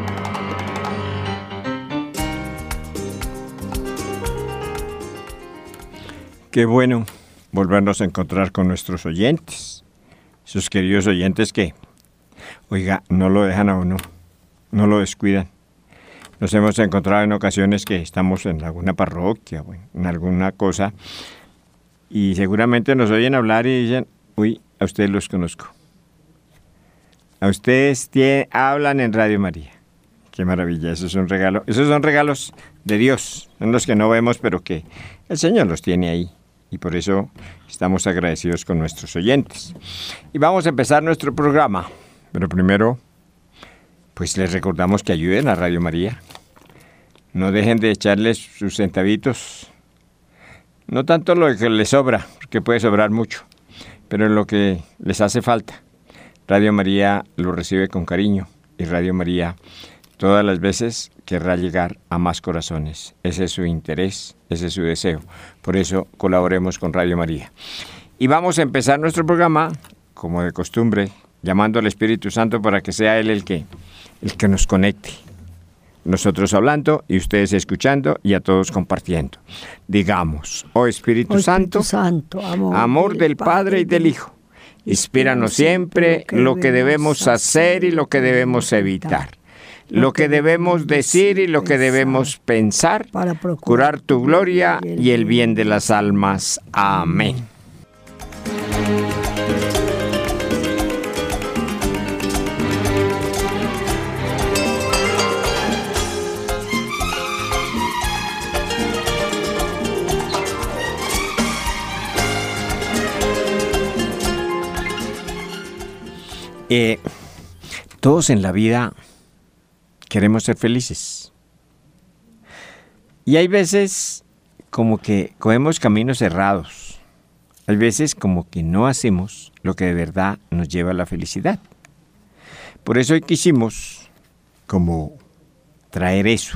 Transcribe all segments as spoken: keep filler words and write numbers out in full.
Qué bueno volvernos a encontrar con nuestros oyentes, sus queridos oyentes que, oiga, no lo dejan a uno, no lo descuidan. Nos hemos encontrado en ocasiones que estamos en alguna parroquia o en alguna cosa y seguramente nos oyen hablar y dicen, uy, a ustedes los conozco. A ustedes tie- hablan en Radio María. Qué maravilla, eso es un regalo. Esos son regalos de Dios, son los que no vemos, pero que el Señor los tiene ahí. Y por eso estamos agradecidos con nuestros oyentes. Y vamos a empezar nuestro programa. Pero primero, pues les recordamos que ayuden a Radio María. No dejen de echarles sus centavitos. No tanto lo que les sobra, porque puede sobrar mucho, pero lo que les hace falta. Radio María lo recibe con cariño. Y Radio María todas las veces querrá llegar a más corazones. Ese es su interés, ese es su deseo. Por eso colaboremos con Radio María. Y vamos a empezar nuestro programa, como de costumbre, llamando al Espíritu Santo para que sea Él el que, el que nos conecte. Nosotros hablando y ustedes escuchando y a todos compartiendo. Digamos, oh Espíritu, oh Espíritu Santo, Santo, amor, amor del Padre y del Hijo, inspíranos siempre lo que debemos hacer y lo que debemos evitar. Lo que debemos decir y lo que debemos pensar para procurar tu gloria y el bien de las almas. Amén. Eh, todos en la vida queremos ser felices. Y hay veces como que cogemos caminos cerrados. Hay veces como que no hacemos lo que de verdad nos lleva a la felicidad. Por eso hoy quisimos como traer eso.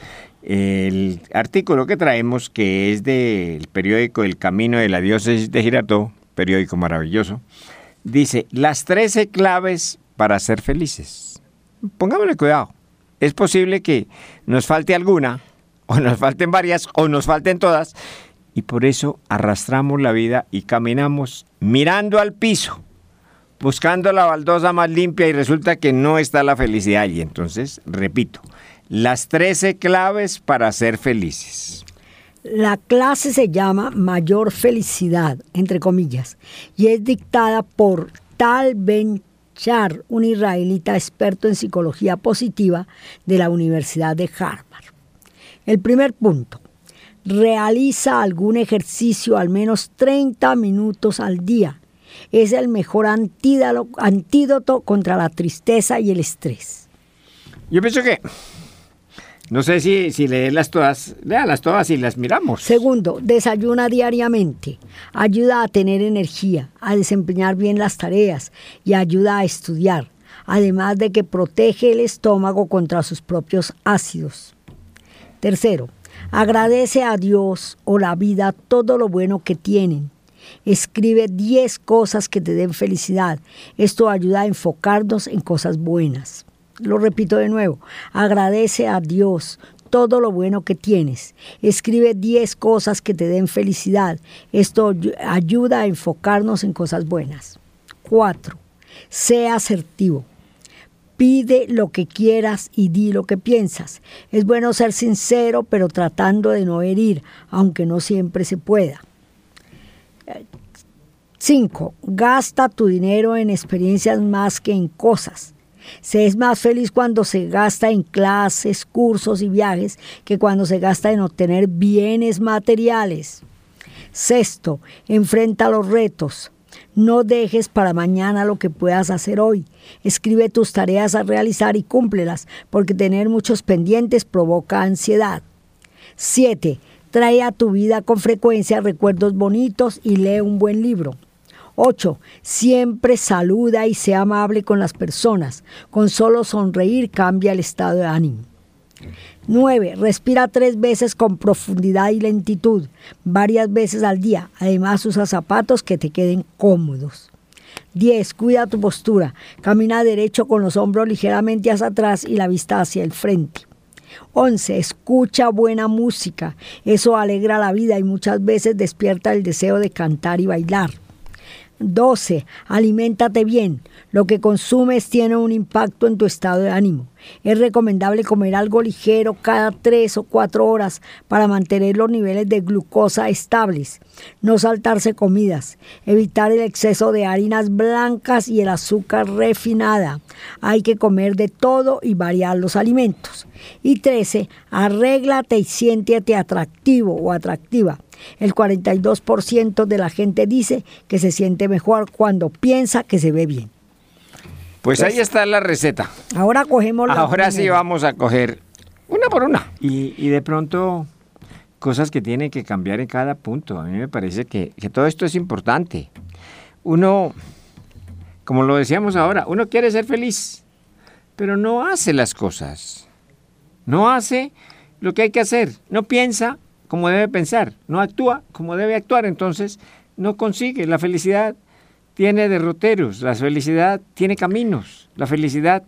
El artículo que traemos, que es del periódico El Camino de la Diócesis de Girardot, periódico maravilloso, dice, las trece claves para ser felices. Pongámosle cuidado. Es posible que nos falte alguna, o nos falten varias, o nos falten todas, y por eso arrastramos la vida y caminamos mirando al piso, buscando la baldosa más limpia y resulta que no está la felicidad. Y entonces, repito, las trece claves para ser felices. La clase se llama Mayor Felicidad, entre comillas, y es dictada por Tal Ben Shahar, un israelita experto en psicología positiva de la Universidad de Harvard. El primer punto, realiza algún ejercicio al menos treinta minutos al día. Es el mejor antídoto, antídoto contra la tristeza y el estrés. Yo pienso que, no sé si, si leerlas todas, léalas todas y las miramos. Segundo, desayuna diariamente. Ayuda a tener energía, a desempeñar bien las tareas y ayuda a estudiar. Además de que protege el estómago contra sus propios ácidos. Tercero, agradece a Dios o la vida todo lo bueno que tienen. Escribe diez cosas que te den felicidad. Esto ayuda a enfocarnos en cosas buenas. Lo repito de nuevo, agradece a Dios todo lo bueno que tienes. Escribe diez cosas que te den felicidad. Esto ayuda a enfocarnos en cosas buenas. Cuatro, sea asertivo. Pide lo que quieras y di lo que piensas. Es bueno ser sincero, pero tratando de no herir, aunque no siempre se pueda. Cinco, gasta tu dinero en experiencias más que en cosas. Se es más feliz cuando se gasta en clases, cursos y viajes que cuando se gasta en obtener bienes materiales. Sexto, enfrenta los retos. No dejes para mañana lo que puedas hacer hoy. Escribe tus tareas a realizar y cúmplelas, porque tener muchos pendientes provoca ansiedad. Siete, trae a tu vida con frecuencia recuerdos bonitos y lee un buen libro. Ocho, siempre saluda y sea amable con las personas. Con solo sonreír cambia el estado de ánimo. Nueve, respira tres veces con profundidad y lentitud, varias veces al día. Además, usa zapatos que te queden cómodos. diez. Cuida tu postura. Camina derecho con los hombros ligeramente hacia atrás y la vista hacia el frente. once. Escucha buena música. Eso alegra la vida y muchas veces despierta el deseo de cantar y bailar. doce. Aliméntate bien. Lo que consumes tiene un impacto en tu estado de ánimo. Es recomendable comer algo ligero cada tres o cuatro horas para mantener los niveles de glucosa estables. No saltarse comidas. Evitar el exceso de harinas blancas y el azúcar refinada. Hay que comer de todo y variar los alimentos. Y trece. Arréglate y siéntete atractivo o atractiva. El cuarenta y dos por ciento de la gente dice que se siente mejor cuando piensa que se ve bien. Pues, pues ahí está la receta. Ahora cogemos la Ahora sí vamos a coger una por una. Y, y de pronto, cosas que tienen que cambiar en cada punto. A mí me parece que, que todo esto es importante. Uno, como lo decíamos ahora, uno quiere ser feliz, pero no hace las cosas. No hace lo que hay que hacer. No piensa como debe pensar. No actúa como debe actuar. Entonces, no consigue la felicidad. Tiene derroteros, la felicidad tiene caminos, la felicidad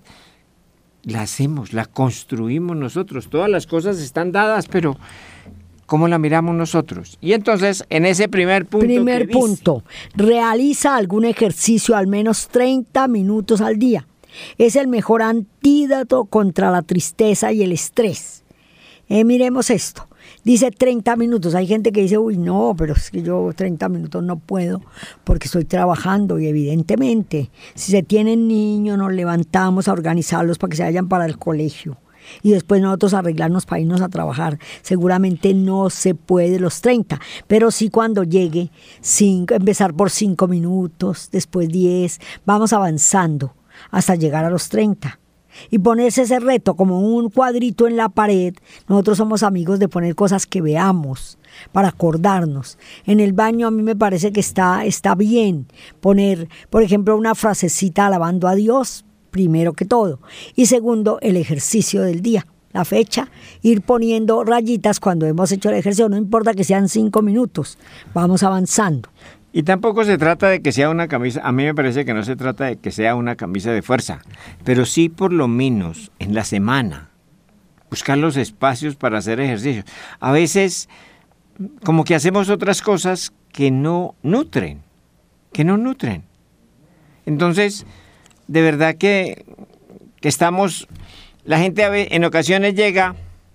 la hacemos, la construimos nosotros, todas las cosas están dadas, pero ¿cómo la miramos nosotros? Y entonces, en ese primer punto Primer que punto, dice, realiza algún ejercicio al menos treinta minutos al día. Es el mejor antídoto contra la tristeza y el estrés. Eh, miremos esto. Dice treinta minutos. Hay gente que dice, uy, no, pero es que yo treinta minutos no puedo porque estoy trabajando. Y evidentemente, si se tienen niños, nos levantamos a organizarlos para que se vayan para el colegio. Y después nosotros arreglarnos para irnos a trabajar. Seguramente no se puede los treinta, pero sí cuando llegue, cinco, empezar por cinco minutos, después diez, vamos avanzando hasta llegar a los treinta. Y ponerse ese reto como un cuadrito en la pared. Nosotros somos amigos de poner cosas que veamos para acordarnos. En el baño a mí me parece que está, está bien poner, por ejemplo, una frasecita alabando a Dios, primero que todo. Y segundo, el ejercicio del día, la fecha, ir poniendo rayitas cuando hemos hecho el ejercicio. No importa que sean cinco minutos, vamos avanzando. Y tampoco se trata de que sea una camisa, a mí me parece que no se trata de que sea una camisa de fuerza, pero sí por lo menos en la semana, buscar los espacios para hacer ejercicio. A veces como que hacemos otras cosas que no nutren, que no nutren. Entonces, de verdad que, que estamos, la gente a veces, en ocasiones llega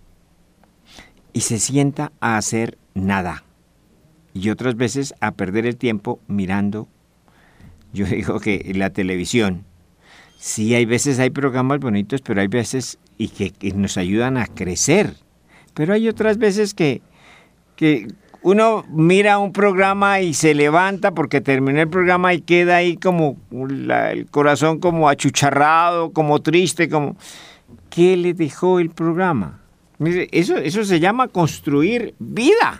y se sienta a hacer nada. Y otras veces a perder el tiempo mirando, yo digo que la televisión, sí hay veces hay programas bonitos, pero hay veces y que, que nos ayudan a crecer. Pero hay otras veces que, que uno mira un programa y se levanta porque terminó el programa y queda ahí como la, el corazón como achucharrado, como triste, como ¿qué le dejó el programa? Mire, eso, eso se llama construir vida.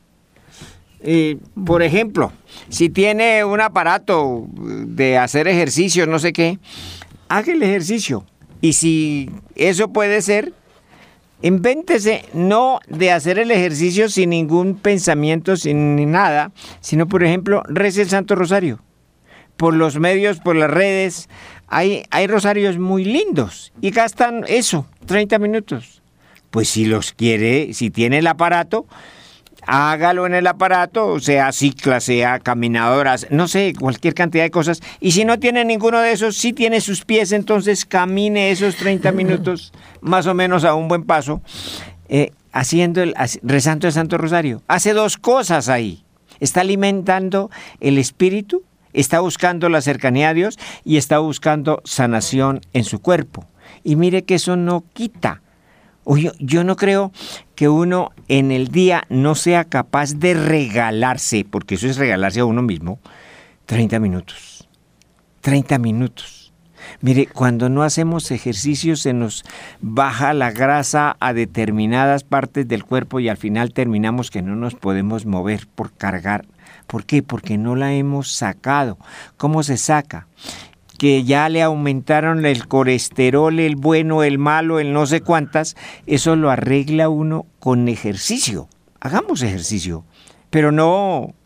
Eh, por ejemplo, si tiene un aparato de hacer ejercicio, no sé qué, haga el ejercicio. Y si eso puede ser, invéntese no de hacer el ejercicio sin ningún pensamiento, sin nada, sino, por ejemplo, rece el Santo Rosario. Por los medios, por las redes, hay, hay rosarios muy lindos y gastan eso, treinta minutos. Pues si los quiere, si tiene el aparato, hágalo en el aparato, sea cicla, sea caminadoras, no sé, cualquier cantidad de cosas. Y si no tiene ninguno de esos, si tiene sus pies, entonces camine esos treinta minutos, más o menos a un buen paso, eh, haciendo el, rezando el Santo Rosario. Hace dos cosas ahí. Está alimentando el espíritu, está buscando la cercanía a Dios y está buscando sanación en su cuerpo. Y mire que eso no quita. Yo, yo no creo que uno en el día no sea capaz de regalarse, porque eso es regalarse a uno mismo, treinta minutos. treinta minutos. Mire, cuando no hacemos ejercicio se nos baja la grasa a determinadas partes del cuerpo y al final terminamos que no nos podemos mover por cargar. ¿Por qué? Porque no la hemos sacado. ¿Cómo se saca? Que ya le aumentaron el colesterol, el bueno, el malo, el no sé cuántas, eso lo arregla uno con ejercicio. Hagamos ejercicio, pero no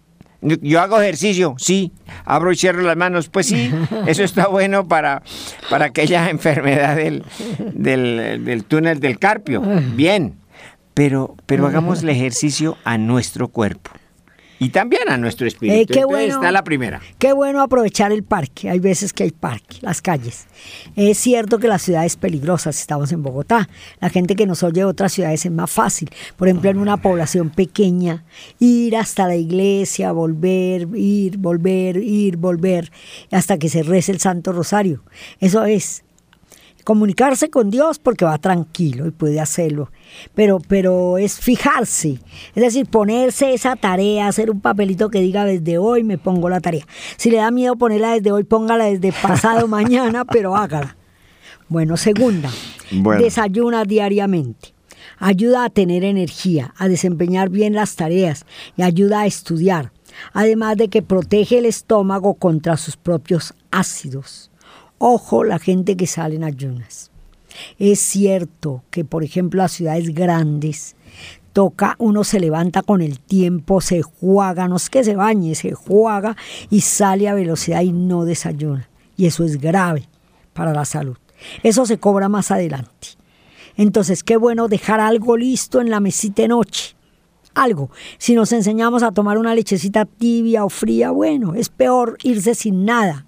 Yo, yo hago ejercicio, sí. Abro y cierro las manos, pues sí. Eso está bueno para, para aquella enfermedad del, del, del túnel del carpio. Bien. Pero, pero hagamos el ejercicio a nuestro cuerpo. Y también a nuestro espíritu. Eh, qué Entonces bueno, está la primera. Qué bueno aprovechar el parque. Hay veces que hay parque, las calles. Es cierto que la ciudad es peligrosa si estamos en Bogotá. La gente que nos oye de otras ciudades es más fácil. Por ejemplo, en una población pequeña, ir hasta la iglesia, volver, ir, volver, ir, volver, hasta que se rece el Santo Rosario. Eso es comunicarse con Dios porque va tranquilo y puede hacerlo, pero, pero es fijarse, es decir, ponerse esa tarea, hacer un papelito que diga desde hoy me pongo la tarea. Si le da miedo ponerla desde hoy, póngala desde pasado mañana, pero hágala. Bueno, segunda, bueno. Desayuna diariamente. Ayuda a tener energía, a desempeñar bien las tareas y ayuda a estudiar, además de que protege el estómago contra sus propios ácidos. Ojo, la gente que sale en ayunas. Es cierto que, por ejemplo, las ciudades grandes, toca, uno se levanta con el tiempo, se juega, no es que se bañe, se juega y sale a velocidad y no desayuna. Y eso es grave para la salud. Eso se cobra más adelante. Entonces, qué bueno dejar algo listo en la mesita de noche. Algo. Si nos enseñamos a tomar una lechecita tibia o fría, bueno, es peor irse sin nada.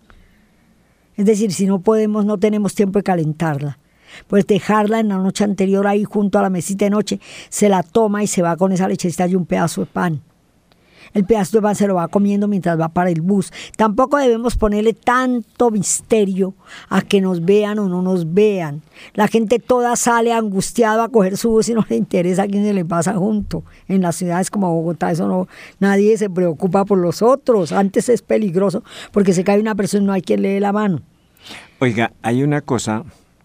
Es decir, si no podemos, no tenemos tiempo de calentarla. Pues dejarla en la noche anterior ahí junto a la mesita de noche, se la toma y se va con esa lechecita y un pedazo de pan. El pedazo de pan se lo va comiendo mientras va para el bus. Tampoco debemos ponerle tanto misterio a que nos vean o no nos vean. La gente toda sale angustiada a coger su bus y no le interesa a quién se le pasa junto. En las ciudades como Bogotá, eso no, nadie se preocupa por los otros. Antes es peligroso porque se cae una persona y no hay quien le dé la mano. Oiga, hay una cosa,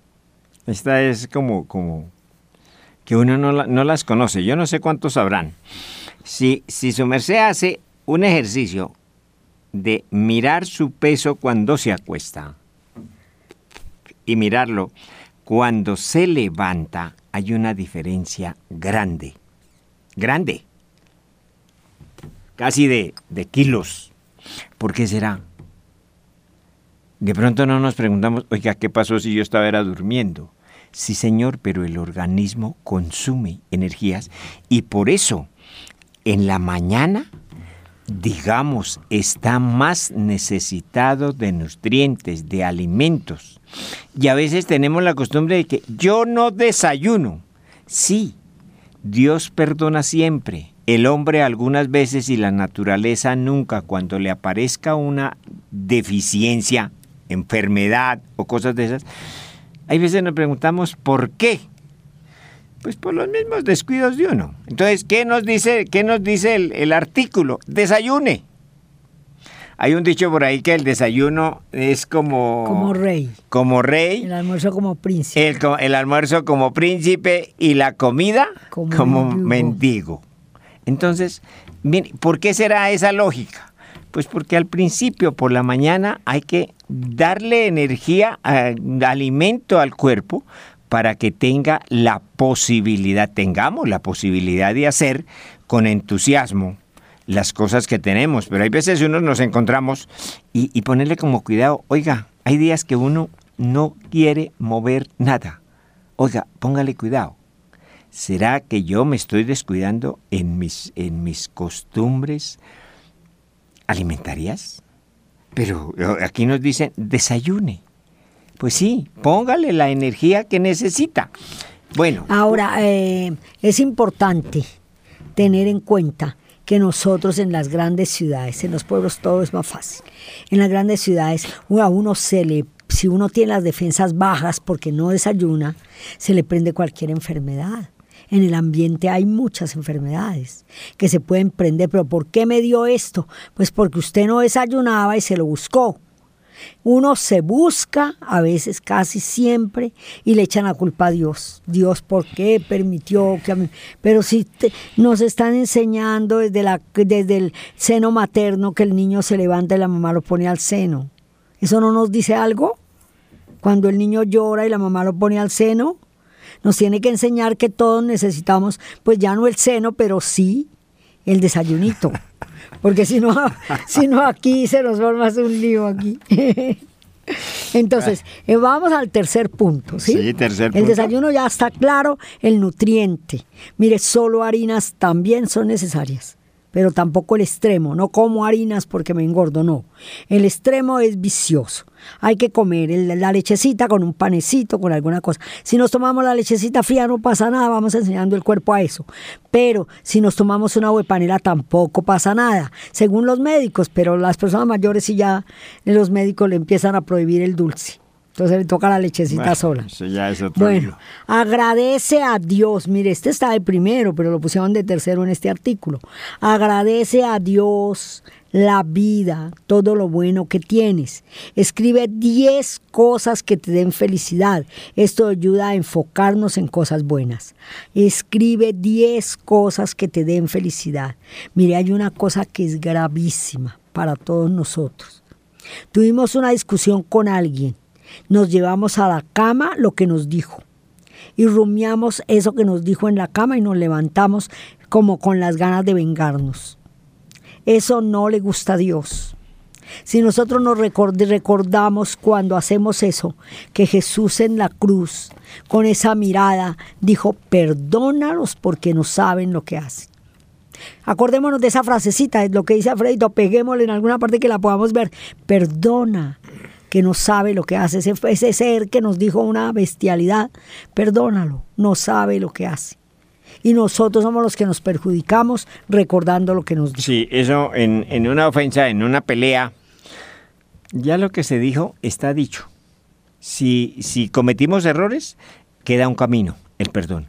esta es como, como que uno no, la, no las conoce. Yo no sé cuántos sabrán. Si, si su merced hace un ejercicio de mirar su peso cuando se acuesta y mirarlo cuando se levanta, hay una diferencia grande, grande, casi de, de kilos. ¿Por qué será? De pronto no nos preguntamos, oiga, ¿qué pasó si yo estaba era durmiendo? Sí, señor, pero el organismo consume energías y por eso en la mañana, digamos, está más necesitado de nutrientes, de alimentos. Y a veces tenemos la costumbre de que yo no desayuno. Sí, Dios perdona siempre. El hombre algunas veces y la naturaleza nunca, cuando le aparezca una deficiencia, enfermedad o cosas de esas, hay veces nos preguntamos ¿por qué? Pues por los mismos descuidos de uno. Entonces, ¿qué nos dice, qué nos dice el, el artículo? Desayune. Hay un dicho por ahí que el desayuno es como... Como rey. Como rey. El almuerzo como príncipe. El, el almuerzo como príncipe y la comida como, como mendigo. mendigo. Entonces, ¿por qué será esa lógica? Pues porque al principio, por la mañana, hay que darle energía, a, alimento al cuerpo, para que tenga la posibilidad, tengamos la posibilidad de hacer con entusiasmo las cosas que tenemos. Pero hay veces uno nos encontramos y, y ponerle como cuidado, oiga, hay días que uno no quiere mover nada. Oiga, póngale cuidado. ¿Será que yo me estoy descuidando en mis, en mis costumbres alimentarias? Pero aquí nos dicen, desayune. Pues sí, póngale la energía que necesita. Bueno. Ahora, eh, es importante tener en cuenta que nosotros en las grandes ciudades, en los pueblos todo es más fácil. En las grandes ciudades, a uno se le, si uno tiene las defensas bajas porque no desayuna, se le prende cualquier enfermedad. En el ambiente hay muchas enfermedades que se pueden prender. ¿Pero por qué me dio esto? Pues porque usted no desayunaba y se lo buscó. Uno se busca, a veces casi siempre, y le echan la culpa a Dios. Dios, ¿por qué permitió que a mí? Pero si te, nos están enseñando desde, la, desde el seno materno que el niño se levanta y la mamá lo pone al seno. ¿Eso no nos dice algo? Cuando el niño llora y la mamá lo pone al seno, nos tiene que enseñar que todos necesitamos, pues ya no el seno, pero sí el desayunito. porque si no, si no aquí se nos forma un lío aquí. Entonces, eh, vamos al tercer punto, ¿sí? Sí, tercer punto. El desayuno ya está claro, el nutriente. Mire, solo harinas también son necesarias, pero tampoco el extremo. No como harinas porque me engordo, no. El extremo es vicioso. Hay que comer el, la lechecita con un panecito, con alguna cosa. Si nos tomamos la lechecita fría no pasa nada, vamos enseñando el cuerpo a eso. Pero si nos tomamos una agua de panela tampoco pasa nada, según los médicos. Pero las personas mayores sí ya los médicos le empiezan a prohibir el dulce. Entonces le toca la lechecita bueno, sola. Eso ya es otro Bueno, libro. agradece a Dios. Mire, este está de primero, pero lo pusieron de tercero en este artículo. Agradece a Dios la vida, todo lo bueno que tienes. Escribe diez cosas que te den felicidad. Esto ayuda a enfocarnos en cosas buenas. Escribe diez cosas que te den felicidad. Mire, hay una cosa que es gravísima para todos nosotros. Tuvimos una discusión con alguien. Nos llevamos a la cama lo que nos dijo y rumiamos eso que nos dijo en la cama y nos levantamos como con las ganas de vengarnos. Eso no le gusta a Dios. Si nosotros nos record- recordamos cuando hacemos eso, que Jesús en la cruz, con esa mirada, dijo, perdónalos porque no saben lo que hacen. Acordémonos de esa frasecita, es lo que dice Alfredito, peguémosle en alguna parte que la podamos ver. Perdona, que no sabe lo que hace, ese, ese ser que nos dijo una bestialidad, perdónalo, no sabe lo que hace. Y nosotros somos los que nos perjudicamos recordando lo que nos dijo. Sí, eso en, en una ofensa, en una pelea, ya lo que se dijo está dicho. Si, si cometimos errores, queda un camino, el perdón.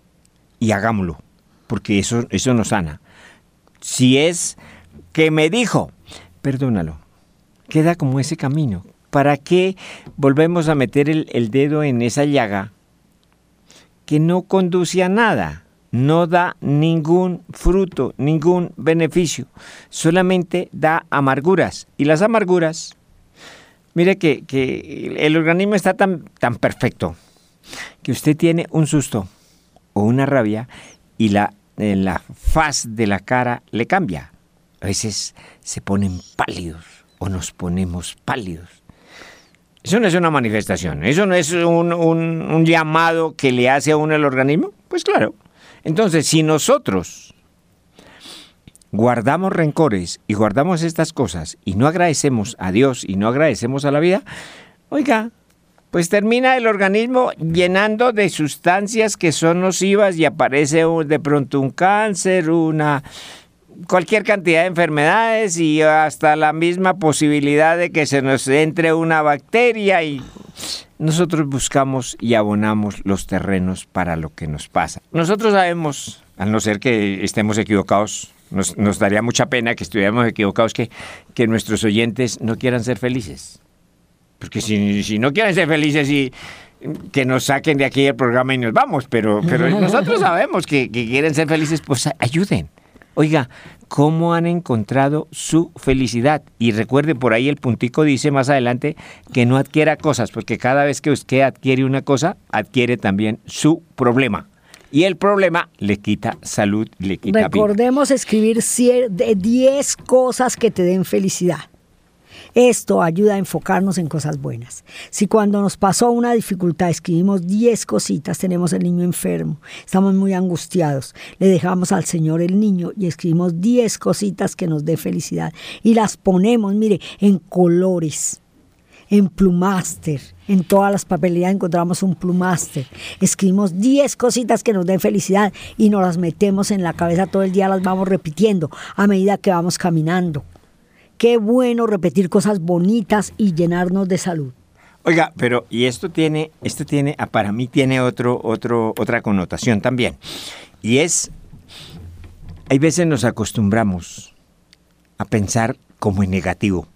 Y hagámoslo, porque eso, eso nos sana. Si es que me dijo, perdónalo, queda como ese camino. ¿Para qué volvemos a meter el, el dedo en esa llaga que no conduce a nada? No da ningún fruto, ningún beneficio, solamente da amarguras. Y las amarguras, mire que, que el organismo está tan, tan perfecto que usted tiene un susto o una rabia y la, en la faz de la cara le cambia. A veces se ponen pálidos o nos ponemos pálidos. Eso no es una manifestación, eso no es un, un, un llamado que le hace a uno el organismo. Pues claro. Entonces, si nosotros guardamos rencores y guardamos estas cosas y no agradecemos a Dios y no agradecemos a la vida, oiga, pues termina el organismo llenando de sustancias que son nocivas y aparece de pronto un cáncer, una cualquier cantidad de enfermedades y hasta la misma posibilidad de que se nos entre una bacteria y nosotros buscamos y abonamos los terrenos para lo que nos pasa. Nosotros sabemos, al no ser que estemos equivocados, nos, nos daría mucha pena que estuviéramos equivocados, que, que nuestros oyentes no quieran ser felices. Porque si, si no quieren ser felices y que nos saquen de aquí el programa y nos vamos, pero, pero nosotros sabemos que, que quieren ser felices, pues ayuden. Oiga, ¿cómo han encontrado su felicidad? Y recuerde, por ahí el puntico dice más adelante que no adquiera cosas, porque cada vez que usted adquiere una cosa, adquiere también su problema. Y el problema le quita salud, le quita vida. Recordemos escribir diez cosas que te den felicidad. Esto ayuda a enfocarnos en cosas buenas. Si cuando nos pasó una dificultad escribimos diez cositas, tenemos el niño enfermo, estamos muy angustiados, le dejamos al Señor el niño y escribimos diez cositas que nos dé felicidad y las ponemos, mire, en colores, en plumáster, en todas las papelerías encontramos un plumáster, escribimos diez cositas que nos den felicidad y nos las metemos en la cabeza todo el día, las vamos repitiendo a medida que vamos caminando. Qué bueno repetir cosas bonitas y llenarnos de salud. Oiga, pero y esto tiene, esto tiene, para mí tiene otro, otro, otra connotación también. Y es, hay veces nos acostumbramos a pensar como en negativo.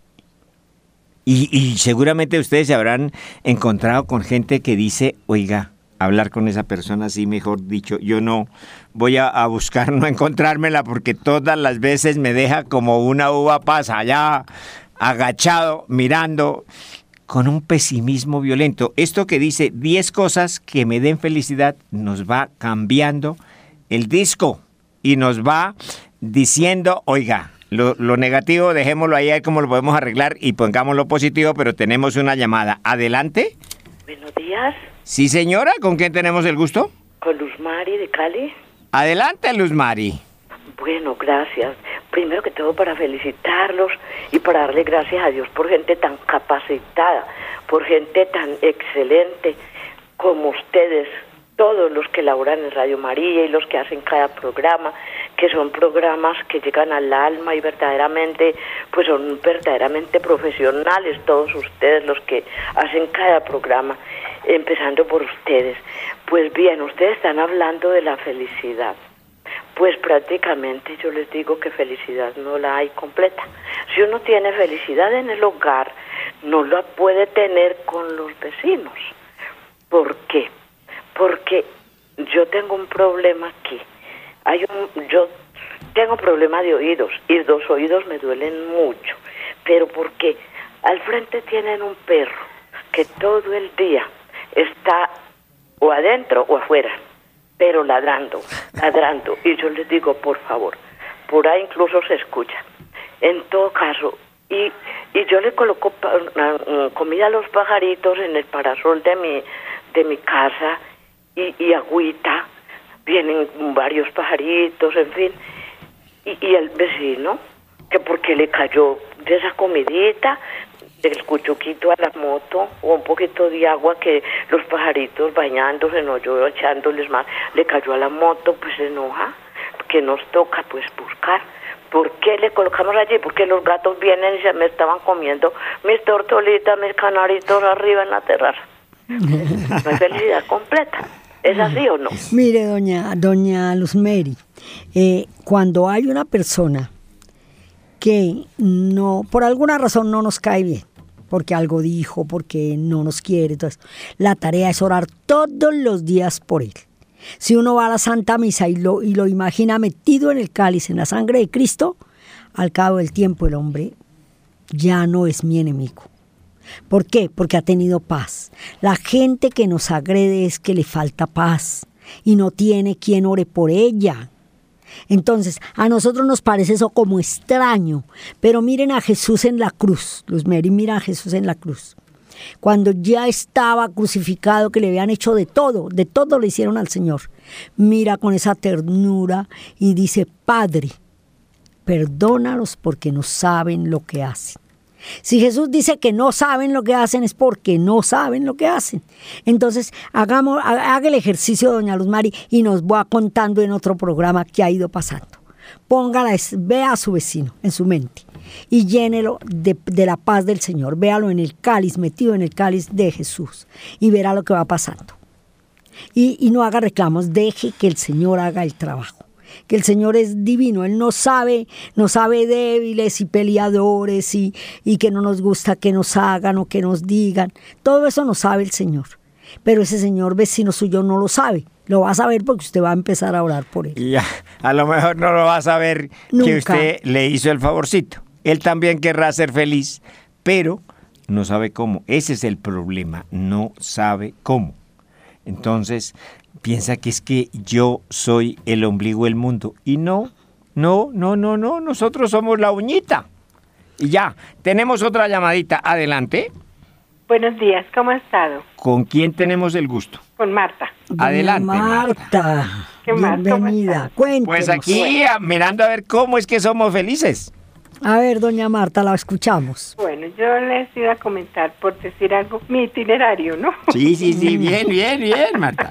Y, y seguramente ustedes se habrán encontrado con gente que dice, oiga, hablar con esa persona así, mejor dicho, yo no voy a, a buscar no encontrármela porque todas las veces me deja como una uva pasa allá, agachado, mirando, con un pesimismo violento. Esto que dice diez cosas que me den felicidad nos va cambiando el disco y nos va diciendo, oiga, Lo, lo negativo dejémoslo ahí, a ver cómo lo podemos arreglar y pongamos lo positivo, pero tenemos una llamada. ¿Adelante? Buenos días. Sí, señora, ¿con quién tenemos el gusto? Con Luz Mari de Cali. Adelante, Luz Mari. Bueno, gracias. Primero que todo para felicitarlos y para darle gracias a Dios por gente tan capacitada, por gente tan excelente como ustedes, todos los que laboran en Radio María y los que hacen cada programa, que son programas que llegan al alma y verdaderamente, pues son verdaderamente profesionales todos ustedes los que hacen cada programa, empezando por ustedes. Pues bien, ustedes están hablando de la felicidad. Pues prácticamente yo les digo que felicidad no la hay completa. Si uno tiene felicidad en el hogar, no la puede tener con los vecinos. ¿Por qué? Porque yo tengo un problema aquí. Hay un, yo tengo problema de oídos y los oídos me duelen mucho. Pero porque al frente tienen un perro que todo el día está o adentro o afuera, pero ladrando, ladrando. Y yo les digo, por favor, por ahí incluso se escucha. En todo caso, y, y yo le coloco pa, uh, comida a los pajaritos en el parasol de mi, de mi casa y, y agüita. Vienen varios pajaritos, en fin. Y, y el vecino, que porque le cayó de esa comidita, del cuchuquito a la moto, o un poquito de agua que los pajaritos bañándose, no yo echándoles más, le cayó a la moto, pues se enoja, que nos toca pues buscar. ¿Por qué le colocamos allí? Porque los gatos vienen y se me estaban comiendo mis tortolitas, mis canaritos arriba en la terraza. No hay felicidad completa. ¿Es así o no? Mire, doña, doña Luz Mary, eh, cuando hay una persona que no, por alguna razón no nos cae bien, porque algo dijo, porque no nos quiere, entonces la tarea es orar todos los días por él. Si uno va a la Santa Misa y lo, y lo imagina metido en el cáliz, en la sangre de Cristo, al cabo del tiempo el hombre ya no es mi enemigo. ¿Por qué? Porque ha tenido paz. La gente que nos agrede es que le falta paz y no tiene quien ore por ella. Entonces, a nosotros nos parece eso como extraño, pero miren a Jesús en la cruz. Luz Mary, mira a Jesús en la cruz. Cuando ya estaba crucificado, que le habían hecho de todo, de todo le hicieron al Señor. Mira con esa ternura y dice, Padre, perdónalos porque no saben lo que hacen. Si Jesús dice que no saben lo que hacen, es porque no saben lo que hacen. Entonces, hagamos, haga el ejercicio, doña Luz Mary, y nos va contando en otro programa qué ha ido pasando. Póngala, vea a su vecino en su mente y llénelo de, de la paz del Señor. Véalo en el cáliz, metido en el cáliz de Jesús, y verá lo que va pasando. Y, y no haga reclamos, deje que el Señor haga el trabajo. Que el Señor es divino, Él no sabe, no sabe débiles y peleadores y, y que no nos gusta que nos hagan o que nos digan. Todo eso no sabe el Señor. Pero ese señor vecino suyo no lo sabe. Lo va a saber porque usted va a empezar a orar por él. Ya, a lo mejor no lo va a saber. Nunca. Que usted le hizo el favorcito. Él también querrá ser feliz, pero no sabe cómo. Ese es el problema, no sabe cómo. Entonces, piensa que es que yo soy el ombligo del mundo. Y no, no, no, no, no, nosotros somos la uñita. Y ya, tenemos otra llamadita. Adelante. Buenos días, ¿cómo ha estado? ¿Con quién tenemos el gusto? Con Marta. Adelante, Marta. Marta. ¿Qué más? Bienvenida, cuéntenos. Pues aquí, mirando a ver cómo es que somos felices. A ver, doña Marta, la escuchamos. Bueno, yo les iba a comentar, por decir algo, mi itinerario, ¿no? Sí, sí, sí, bien, bien, bien, Marta.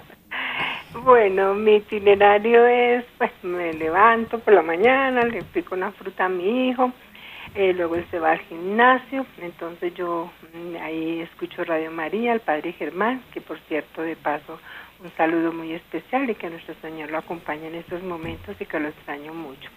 Bueno, mi itinerario es, pues, me levanto por la mañana, le pico una fruta a mi hijo, eh, luego él se va al gimnasio, entonces yo ahí escucho Radio María, al Padre Germán, que por cierto, de paso, un saludo muy especial y que nuestro Señor lo acompañe en estos momentos y que lo extraño mucho.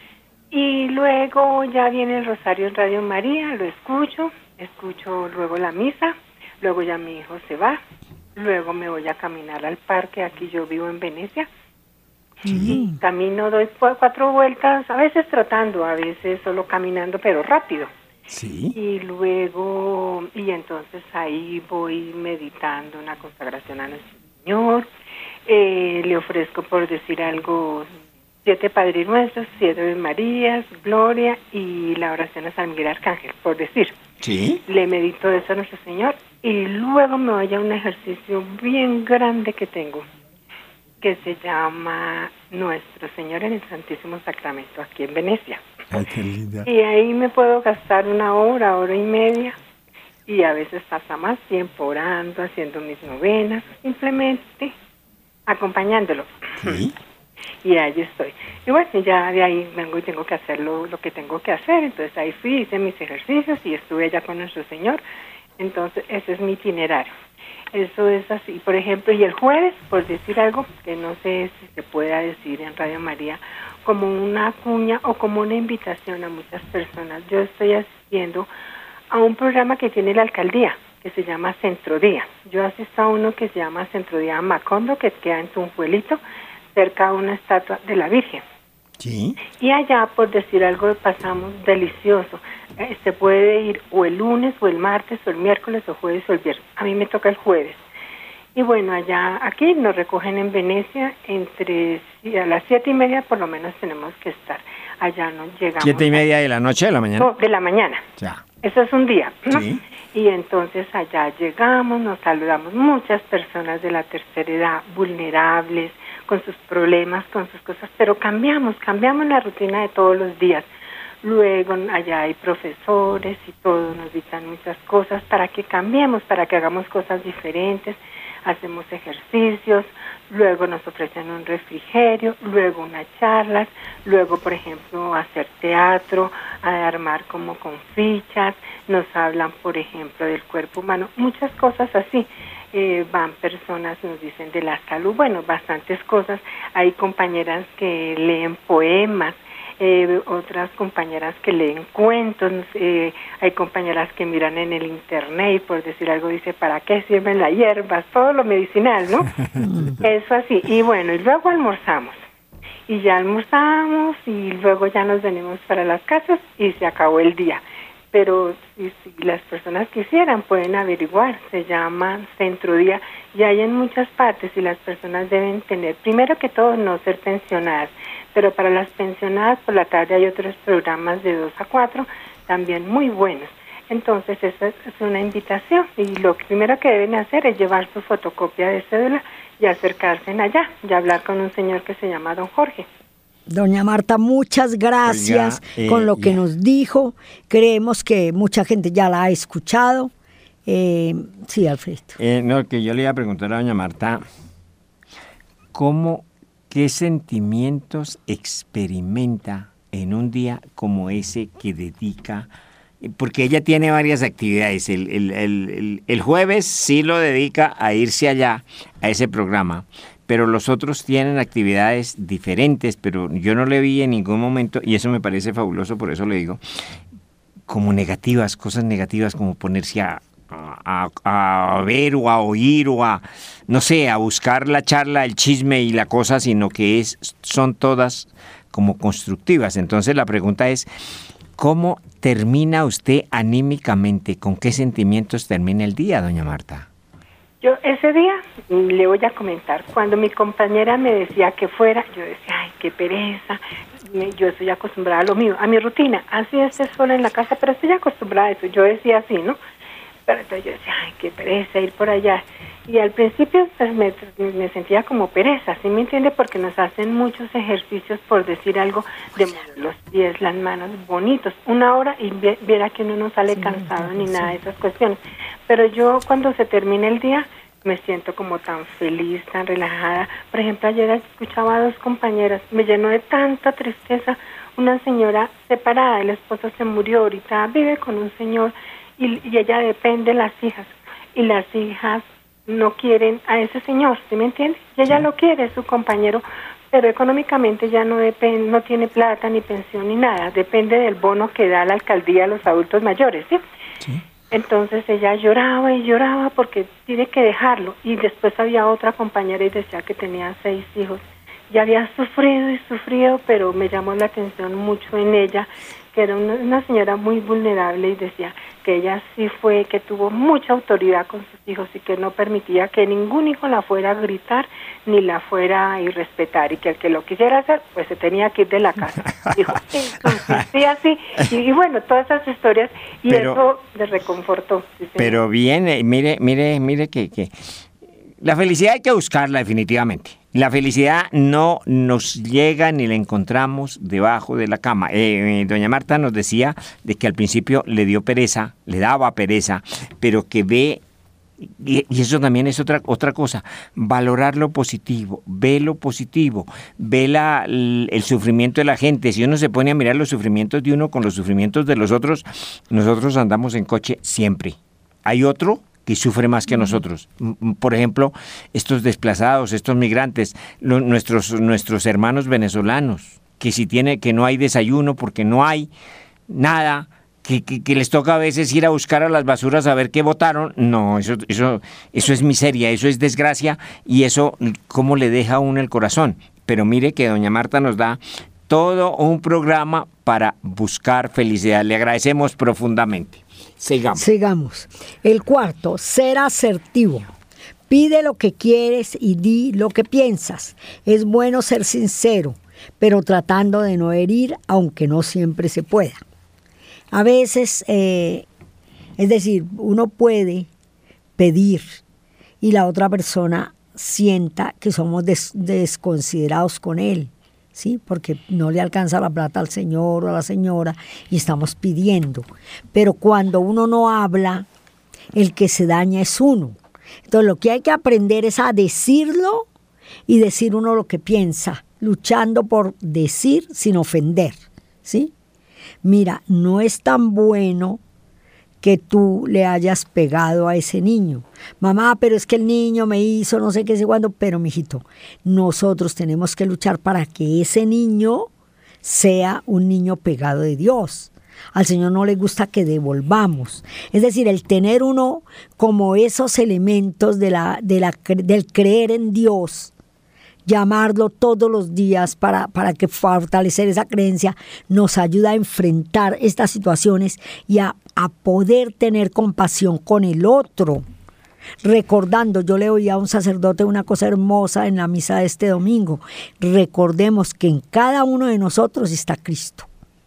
Y luego ya viene el Rosario en Radio María, lo escucho, escucho luego la misa, luego ya mi hijo se va, luego me voy a caminar al parque, aquí yo vivo en Venecia, sí. Y camino, doy cuatro vueltas, a veces trotando, a veces solo caminando, pero rápido. Sí. Y luego, y entonces ahí voy meditando una consagración a nuestro Señor, eh, le ofrezco, por decir algo, siete Padre Nuestros, siete Ave Marías, Gloria y la oración a San Miguel Arcángel, por decir. Sí. Le medito eso a nuestro Señor y luego me voy a un ejercicio bien grande que tengo, que se llama Nuestro Señor en el Santísimo Sacramento, aquí en Venecia. Ay, qué linda. Y ahí me puedo gastar una hora, hora y media, y a veces pasa más tiempo orando, haciendo mis novenas, simplemente acompañándolo. Sí. Y ahí estoy. Y bueno, ya de ahí vengo y tengo que hacer lo, lo que tengo que hacer. Entonces ahí fui, hice mis ejercicios y estuve allá con nuestro Señor. Entonces ese es mi itinerario. Eso es así. Por ejemplo, y el jueves, por decir algo que no sé si se pueda decir en Radio María, como una cuña o como una invitación a muchas personas. Yo estoy asistiendo a un programa que tiene la alcaldía, que se llama Centro Día. Yo asisto a uno que se llama Centro Día Macondo, que queda en Tunjuelito, cerca de una estatua de la Virgen. Sí. Y allá, por decir algo, pasamos delicioso. Eh, se puede ir o el lunes, o el martes, o el miércoles, o jueves, o el viernes. A mí me toca el jueves. Y bueno, allá, aquí nos recogen en Venecia, entre a las siete y media por lo menos tenemos que estar. Allá nos llegamos. ¿Siete y media de la noche de la mañana? No, de la mañana. Ya. Eso es un día, ¿no? Sí. Y entonces allá llegamos, nos saludamos, muchas personas de la tercera edad, vulnerables, con sus problemas, con sus cosas, pero cambiamos, cambiamos la rutina de todos los días. Luego allá hay profesores y todos nos dictan muchas cosas para que cambiemos, para que hagamos cosas diferentes, hacemos ejercicios, luego nos ofrecen un refrigerio, luego unas charlas, luego, por ejemplo, hacer teatro, a armar como con fichas, nos hablan, por ejemplo, del cuerpo humano, muchas cosas así. Eh, van personas, nos dicen de la salud, bueno, bastantes cosas. Hay compañeras que leen poemas, eh, otras compañeras que leen cuentos, eh, hay compañeras que miran en el internet y por decir algo dice, ¿para qué sirven las hierbas? Todo lo medicinal, ¿no? Eso así. Y bueno, y luego almorzamos. Y ya almorzamos y luego ya nos venimos para las casas y se acabó el día. Pero si, si las personas quisieran pueden averiguar, se llama Centro Día y hay en muchas partes y las personas deben tener, primero que todo, no ser pensionadas, pero para las pensionadas por la tarde hay otros programas de dos a cuatro también muy buenos. Entonces esa es una invitación y lo primero que deben hacer es llevar su fotocopia de cédula y acercarse allá y hablar con un señor que se llama don Jorge. Doña Marta, muchas gracias Oiga, eh, con lo que ya. nos dijo. Creemos que mucha gente ya la ha escuchado. Eh, sí, Alfredo. Eh, no, que yo le iba a preguntar a doña Marta, ¿cómo, qué sentimientos experimenta en un día como ese que dedica? Porque ella tiene varias actividades. El, el, el, el, el jueves sí lo dedica a irse allá, a ese programa, pero los otros tienen actividades diferentes, pero yo no le vi en ningún momento, y eso me parece fabuloso, por eso le digo, como negativas, cosas negativas, como ponerse a, a, a ver o a oír o a, no sé, a buscar la charla, el chisme y la cosa, sino que es, son todas como constructivas. Entonces la pregunta es, ¿cómo termina usted anímicamente? ¿Con qué sentimientos termina el día, doña Marta? Yo ese día, le voy a comentar, cuando mi compañera me decía que fuera, yo decía, ay, qué pereza, yo estoy acostumbrada a lo mío, a mi rutina, así esté sola en la casa, pero estoy acostumbrada a eso, yo decía así, ¿no? Pero entonces yo decía, ay, qué pereza ir por allá. Y al principio pues, me, me sentía como pereza, ¿sí me entiende? Porque nos hacen muchos ejercicios, por decir algo, de mover los pies, las manos, bonitos, una hora y viera que uno no sale sí, cansado sí, ni sí. nada de esas cuestiones. Pero yo cuando se termina el día me siento como tan feliz, tan relajada. Por ejemplo, ayer escuchaba a dos compañeras, me llenó de tanta tristeza, una señora separada, el esposo se murió, ahorita vive con un señor y, y ella depende de las hijas, y las hijas no quieren a ese señor, ¿sí me entiende? Y ella sí. lo quiere, es su compañero, pero económicamente ya no depende, no tiene plata ni pensión ni nada, depende del bono que da la alcaldía a los adultos mayores, ¿sí? Sí. Entonces ella lloraba y lloraba porque tiene que dejarlo, y después había otra compañera y decía que tenía seis hijos, y había sufrido y sufrido, pero me llamó la atención mucho en ella, que era una, una señora muy vulnerable, y decía que ella sí fue, que tuvo mucha autoridad con sus hijos y que no permitía que ningún hijo la fuera a gritar ni la fuera a irrespetar, y que el que lo quisiera hacer, pues se tenía que ir de la casa. Dijo, entonces, sí, así, y, y bueno, todas esas historias, y pero, eso le reconfortó. ¿Sí, pero bien, eh, mire, mire, mire que, que la felicidad hay que buscarla definitivamente. La felicidad no nos llega ni la encontramos debajo de la cama. Eh, doña Marta nos decía de que al principio le dio pereza, le daba pereza, pero que ve, y, y eso también es otra, otra cosa, valorar lo positivo, ve lo positivo, ve la, el, el sufrimiento de la gente. Si uno se pone a mirar los sufrimientos de uno con los sufrimientos de los otros, nosotros andamos en coche siempre. Hay otro que sufre más que nosotros. Por ejemplo, estos desplazados, estos migrantes, lo, nuestros, nuestros hermanos venezolanos, que si tiene, que no hay desayuno porque no hay nada, que, que, que les toca a veces ir a buscar a las basuras a ver qué botaron. No, eso, eso, eso es miseria, eso es desgracia, y eso cómo le deja a uno el corazón. Pero mire que doña Marta nos da todo un programa para buscar felicidad. Le agradecemos profundamente. Sigamos. Sigamos. El cuarto, ser asertivo. Pide lo que quieres y di lo que piensas. Es bueno ser sincero, pero tratando de no herir, aunque no siempre se pueda. A veces, eh, es decir, uno puede pedir y la otra persona sienta que somos des- desconsiderados con él, ¿sí? Porque no le alcanza la plata al señor o a la señora y estamos pidiendo. Pero cuando uno no habla, el que se daña es uno. Entonces lo que hay que aprender es a decirlo y decir uno lo que piensa, luchando por decir sin ofender, ¿sí? Mira, no es tan bueno que tú le hayas pegado a ese niño. Mamá, pero es que el niño me hizo no sé qué sé cuándo. Pero, mijito, nosotros tenemos que luchar para que ese niño sea un niño pegado de Dios. Al Señor no le gusta que devolvamos. Es decir, el tener uno como esos elementos de la, de la, del creer en Dios, llamarlo todos los días para, para que fortalecer esa creencia, nos ayuda a enfrentar estas situaciones y a, a poder tener compasión con el otro. Recordando, yo le oía a un sacerdote una cosa hermosa en la misa de este domingo. Recordemos que en cada uno de nosotros está Cristo.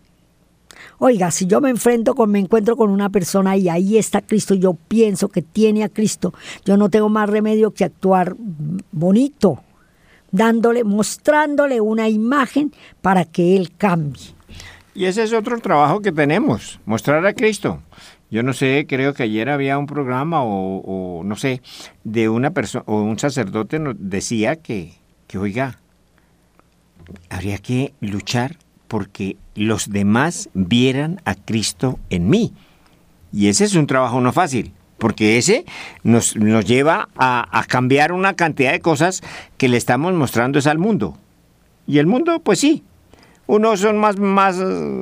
Oiga, si yo me enfrento con, me encuentro con una persona y ahí está Cristo, yo pienso que tiene a Cristo, yo no tengo más remedio que actuar bonito, dándole, mostrándole una imagen para que Él cambie. Y ese es otro trabajo que tenemos, mostrar a Cristo. Yo no sé, creo que ayer había un programa o, o no sé, de una persona o un sacerdote nos decía que, que, oiga, habría que luchar porque los demás vieran a Cristo en mí. Y ese es un trabajo no fácil, porque ese nos, nos lleva a, a cambiar una cantidad de cosas que le estamos mostrando es al mundo. Y el mundo, pues sí, unos son más, más,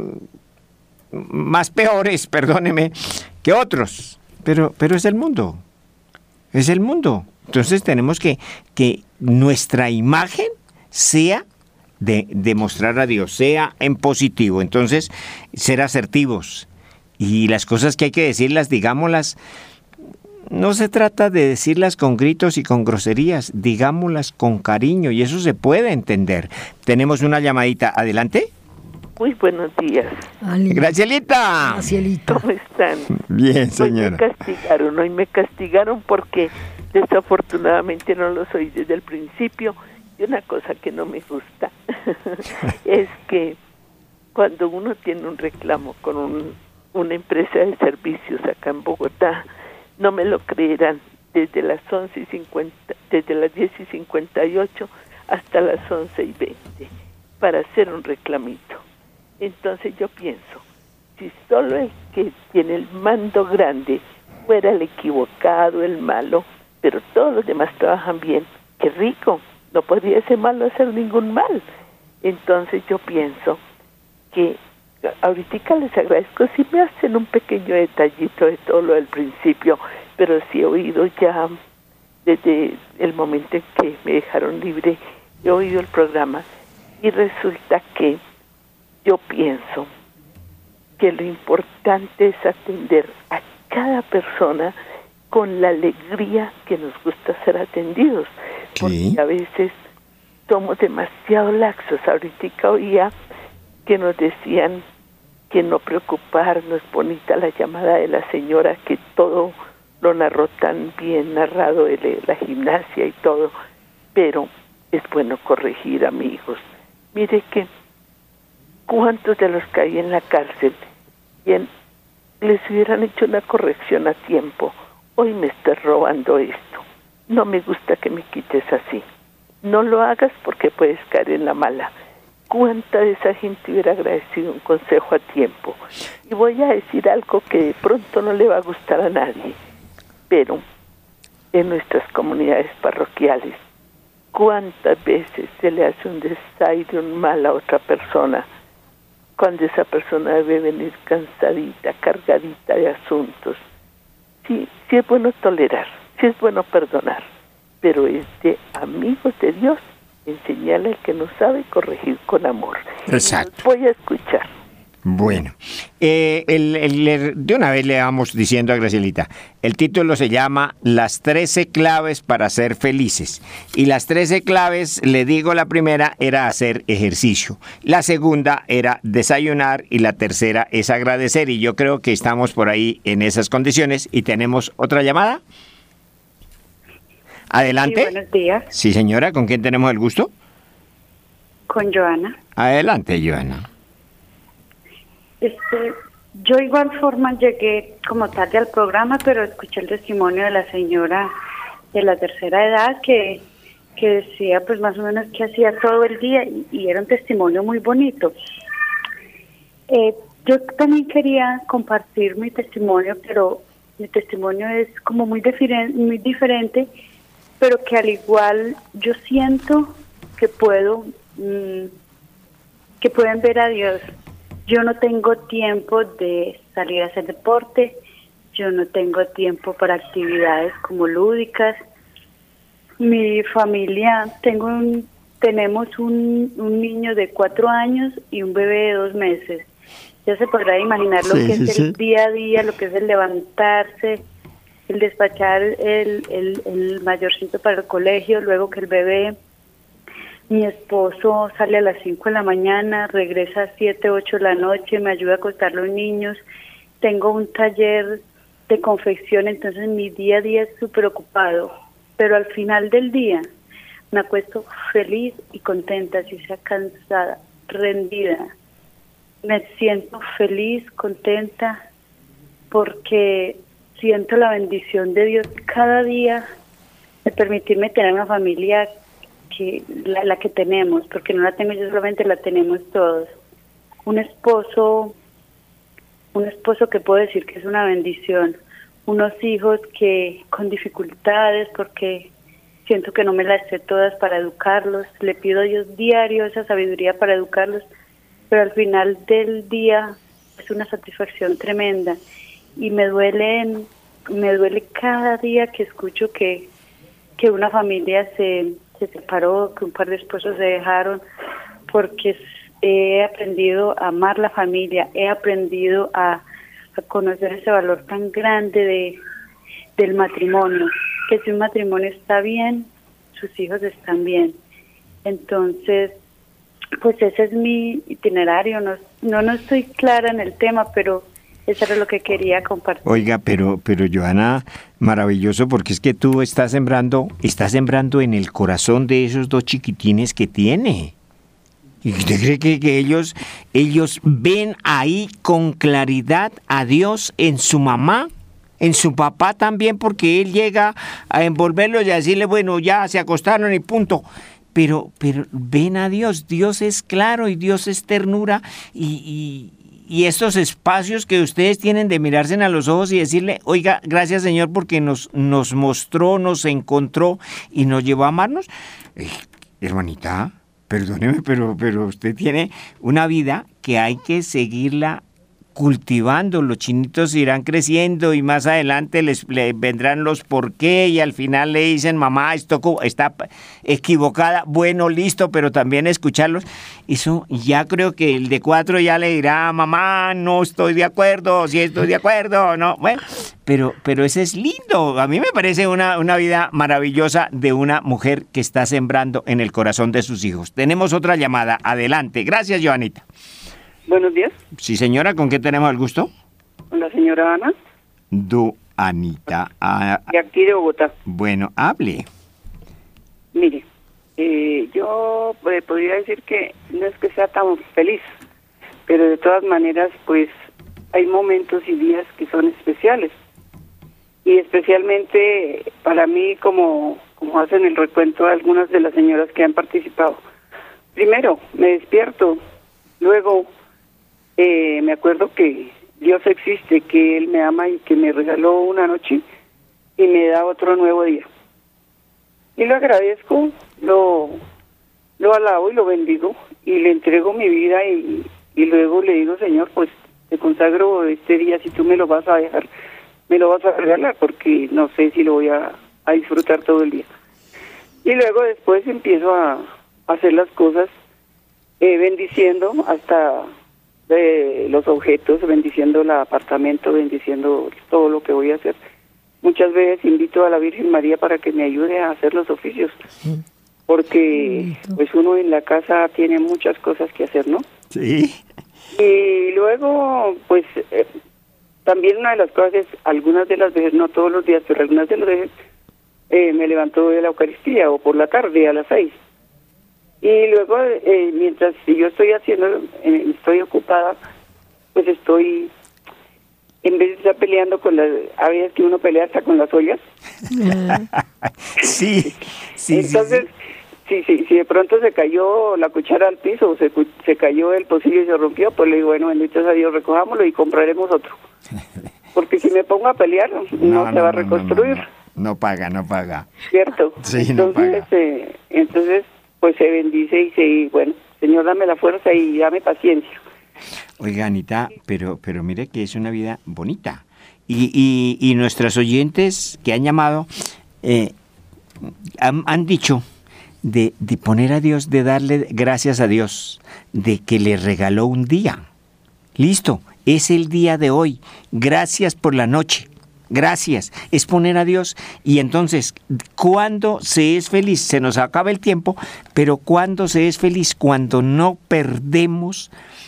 más peores, perdóneme, que otros. Pero, pero es el mundo, es el mundo. Entonces tenemos que, que nuestra imagen sea de, de mostrar a Dios, sea en positivo. Entonces, ser asertivos. Y las cosas que hay que decirlas, digámoslas. No se trata de decirlas con gritos y con groserías, digámoslas con cariño y eso se puede entender. Tenemos una llamadita, ¿adelante? Muy buenos días. Gracielita. Gracielita. ¿Cómo están? Bien, señora. Hoy me castigaron, hoy me castigaron porque desafortunadamente no los oí desde el principio y una cosa que no me gusta es que cuando uno tiene un reclamo con un, una empresa de servicios acá en Bogotá, no me lo creerán, desde las once y cincuenta, desde las diez y cincuenta y ocho hasta las once y veinte para hacer un reclamito. Entonces yo pienso, si solo el que tiene el mando grande fuera el equivocado, el malo, pero todos los demás trabajan bien, qué rico, no podría ese malo hacer ningún mal. Entonces yo pienso que ahorita les agradezco si me hacen un pequeño detallito de todo lo del principio, pero sí he oído ya desde el momento en que me dejaron libre he oído el programa y resulta que yo pienso que lo importante es atender a cada persona con la alegría que nos gusta ser atendidos, sí. Porque a veces somos demasiado laxos. Ahorita oía que nos decían que no preocuparnos, bonita la llamada de la señora, que todo lo narró tan bien narrado, de la gimnasia y todo, pero es bueno corregir, amigos. Mire que cuántos de los que hay en la cárcel bien les hubieran hecho una corrección a tiempo. Hoy me estás robando esto, no me gusta que me quites así, no lo hagas porque puedes caer en la mala. ¿Cuánta de esa gente hubiera agradecido un consejo a tiempo? Y voy a decir algo que de pronto no le va a gustar a nadie, pero en nuestras comunidades parroquiales, ¿cuántas veces se le hace un desaire, un mal a otra persona, cuando esa persona debe venir cansadita, cargadita de asuntos? Sí, sí es bueno tolerar, sí es bueno perdonar, pero es de amigos de Dios enseñarle al que no sabe corregir con amor. Exacto. Voy a escuchar. Bueno, eh, el, el, el, de una vez le vamos diciendo a Gracielita, el título se llama Las trece claves para ser felices. Y las trece claves, le digo, la primera era hacer ejercicio, la segunda era desayunar y la tercera es agradecer. Y yo creo que estamos por ahí en esas condiciones. ¿Y tenemos otra llamada? Adelante. Sí, buenos días. Sí, señora, ¿con quién tenemos el gusto? Con Joana. Adelante, Joana. Este, yo igual forma llegué como tarde al programa, pero escuché el testimonio de la señora de la tercera edad que, que decía pues más o menos que hacía todo el día y, y era un testimonio muy bonito. Eh, yo también quería compartir mi testimonio, pero mi testimonio es como muy, diferen, muy diferente, pero que al igual yo siento que puedo, mmm, que pueden ver a Dios. Yo no tengo tiempo de salir a hacer deporte, yo no tengo tiempo para actividades como lúdicas. Mi familia, tengo un, tenemos un, un niño de cuatro años y un bebé de dos meses. Ya se podrá imaginar lo sí, que sí, es el sí. día a día, lo que es el levantarse, el despachar el, el, el mayorcito para el colegio, luego que el bebé... Mi esposo sale a las cinco de la mañana, regresa a siete, ocho de la noche, me ayuda a acostar los niños. Tengo un taller de confección, entonces mi día a día es súper ocupado. Pero al final del día me acuesto feliz y contenta, así sea cansada, rendida. Me siento feliz, contenta, porque siento la bendición de Dios cada día de permitirme tener una familia que la, la que tenemos, porque no la tengo yo solamente, la tenemos todos. Un esposo, un esposo que puedo decir que es una bendición, unos hijos que con dificultades, porque siento que no me las sé todas para educarlos, le pido a Dios diario esa sabiduría para educarlos, pero al final del día es una satisfacción tremenda y me duele, me duele cada día que escucho que, que una familia se se separó, que un par de esposos se dejaron, porque he aprendido a amar la familia, he aprendido a, a conocer ese valor tan grande de del matrimonio, que si un matrimonio está bien, sus hijos están bien. Entonces, pues ese es mi itinerario, no, no, no estoy clara en el tema, pero eso era lo que quería compartir. Oiga, pero, pero Joana, maravilloso, porque es que tú estás sembrando, estás sembrando en el corazón de esos dos chiquitines que tiene. ¿Y usted cree que, que ellos, ellos ven ahí con claridad a Dios en su mamá, en su papá también, porque él llega a envolverlos y a decirle, bueno, ya se acostaron y punto. Pero, pero ven a Dios, Dios es claro y Dios es ternura y... y Y estos espacios que ustedes tienen de mirarse a los ojos y decirle, oiga, gracias Señor porque nos, nos mostró, nos encontró y nos llevó a amarnos. Eh, hermanita, perdóneme, pero, pero usted tiene una vida que hay que seguirla cultivando, los chinitos irán creciendo y más adelante les, les vendrán los por qué y al final le dicen, mamá, esto está equivocada, bueno, listo, pero también escucharlos. Eso ya creo que el de cuatro ya le dirá, mamá, no estoy de acuerdo, si estoy de acuerdo, no, bueno, pero, pero ese es lindo. A mí me parece una, una vida maravillosa de una mujer que está sembrando en el corazón de sus hijos. Tenemos otra llamada, adelante. Gracias, Joanita. Buenos días. Sí, señora, ¿con qué tenemos el gusto? Con la señora Ana. Du Anita. Ah, de aquí de Bogotá. Bueno, hable. Mire, eh, yo eh, podría decir que no es que sea tan feliz, pero de todas maneras, pues, hay momentos y días que son especiales. Y especialmente para mí, como, como hacen el recuento de algunas de las señoras que han participado. Primero, me despierto, luego... Eh, me acuerdo que Dios existe, que Él me ama y que me regaló una noche y me da otro nuevo día. Y lo agradezco, lo, lo alabo y lo bendigo y le entrego mi vida y, y luego le digo, Señor, pues te consagro este día, si tú me lo vas a dejar, me lo vas a regalar porque no sé si lo voy a, a disfrutar todo el día. Y luego después empiezo a, a hacer las cosas eh, bendiciendo hasta... de los objetos, bendiciendo el apartamento, bendiciendo todo lo que voy a hacer. Muchas veces invito a la Virgen María para que me ayude a hacer los oficios, porque pues uno en la casa tiene muchas cosas que hacer, ¿no? Sí. Y luego, pues, eh, también una de las cosas es, algunas de las veces, no todos los días, pero algunas de las veces, eh, me levanto de la Eucaristía o por la tarde a las seis. Y luego, eh, mientras yo estoy haciendo, eh, estoy ocupada, pues estoy, en vez de estar peleando con las, a veces que uno pelea hasta con las ollas. Sí, sí. Entonces, sí, sí, sí, si de pronto se cayó la cuchara al piso o se, se cayó el pocillo y se rompió, pues le digo, bueno, bendito sea Dios, recojámoslo y compraremos otro. Porque si me pongo a pelear, no, no se no, va a no, reconstruir. No, no, no. no paga, no paga. ¿Cierto? Sí, entonces, no paga. Eh, entonces... pues se bendice y se, bueno, Señor, dame la fuerza y dame paciencia. Oiga, Anita, pero, pero mire que es una vida bonita. Y, y, y nuestras oyentes que han llamado eh, han, han dicho de, de poner a Dios, de darle gracias a Dios, de que le regaló un día. Listo, es el día de hoy. Gracias por la noche. Gracias, es poner a Dios. Y entonces, ¿cuándo se es feliz? Se nos acaba el tiempo, pero ¿cuándo se es feliz? Cuando no perdemos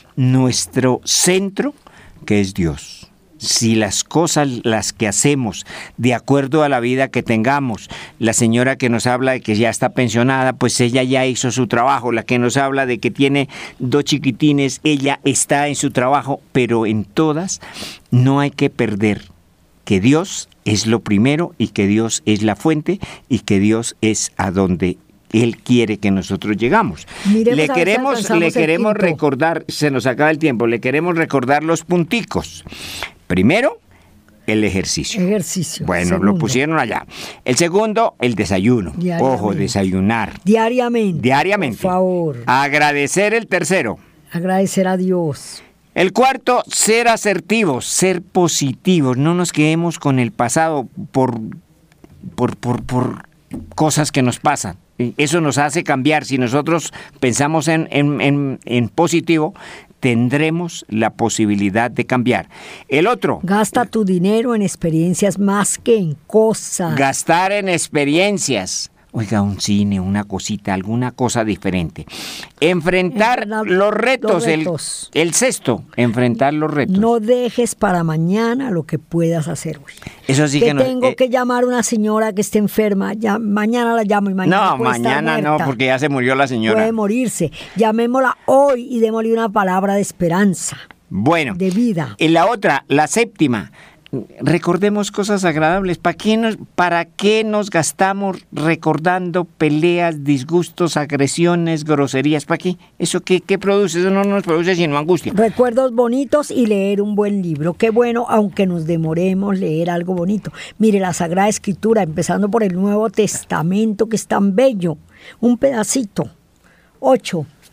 nuestro centro, que es Dios. Si las cosas, las que hacemos, de acuerdo a la vida que tengamos, la señora que nos habla de que ya está pensionada, pues ella ya hizo su trabajo. La que nos habla de que tiene dos chiquitines, ella está en su trabajo, pero en todas no hay que perder que Dios es lo primero y que Dios es la fuente y que Dios es a donde Él quiere que nosotros llegamos. Miremos le queremos, le queremos recordar, se nos acaba el tiempo, le queremos recordar los punticos. Primero, el ejercicio. Ejercicio. Bueno, segundo. Lo pusieron allá. El segundo, el desayuno. Ojo, desayunar. Diariamente. Diariamente. Por favor. Agradecer el tercero. Agradecer a Dios. El cuarto, ser asertivos, ser positivos. No nos quedemos con el pasado por, por, por, por cosas que nos pasan. Eso nos hace cambiar. Si nosotros pensamos en, en, en, en positivo, tendremos la posibilidad de cambiar. El otro. Gasta tu dinero en experiencias más que en cosas. Gastar en experiencias. Oiga, un cine, una cosita, alguna cosa diferente. Enfrentar Enfrentar los retos, los retos. El, el sexto, enfrentar los retos. No dejes para mañana lo que puedas hacer hoy. Eso sí que, que no. tengo eh, que llamar a una señora que esté enferma, ya, mañana la llamo y mañana No, puede estar mañana no, muerta. porque ya se murió la señora. Puede morirse. Llamémosla hoy y démosle una palabra de esperanza. Bueno. De vida. Y la otra, la séptima. Recordemos cosas agradables. ¿Para qué nos, para qué nos gastamos recordando peleas, disgustos, agresiones, groserías? ¿Para qué? ¿Eso qué, qué produce? Eso no nos produce sino angustia. Recuerdos bonitos y leer un buen libro. Qué bueno, aunque nos demoremos, leer algo bonito. Mire, la Sagrada Escritura, empezando por el Nuevo Testamento, que es tan bello. Un pedacito. Ocho.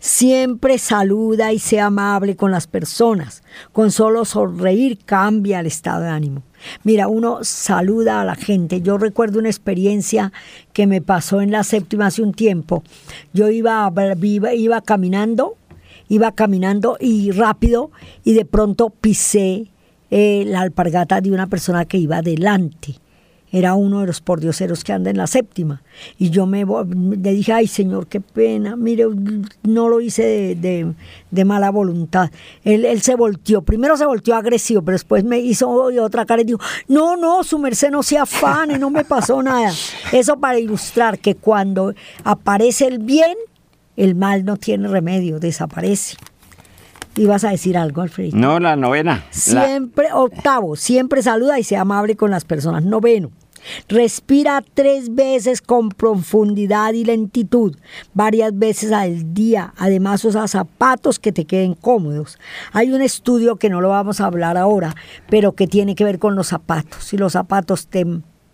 Siempre saluda y sea amable con las personas. Con solo sonreír cambia el estado de ánimo. Mira, uno saluda a la gente. Yo recuerdo una experiencia que me pasó en la séptima hace un tiempo. Yo iba, iba, iba caminando, iba caminando y rápido y de pronto pisé eh, la alpargata de una persona que iba delante. Era uno de los pordioseros que anda en la séptima. Y yo me le dije, ay, señor, qué pena. Mire, no lo hice de, de, de mala voluntad. Él, él se volteó. Primero se volteó agresivo, pero después me hizo otra cara y dijo, no, no, su merced no se afane, no me pasó nada. Eso para ilustrar que cuando aparece el bien, el mal no tiene remedio, desaparece. ¿Ibas a decir algo, Alfredo? No, la novena. Siempre, la... octavo, siempre saluda y sea amable con las personas. Noveno. Respira tres veces con profundidad y lentitud, varias veces al día. Además, usa zapatos que te queden cómodos. Hay un estudio que no lo vamos a hablar ahora, pero que tiene que ver con los zapatos. Si los zapatos te,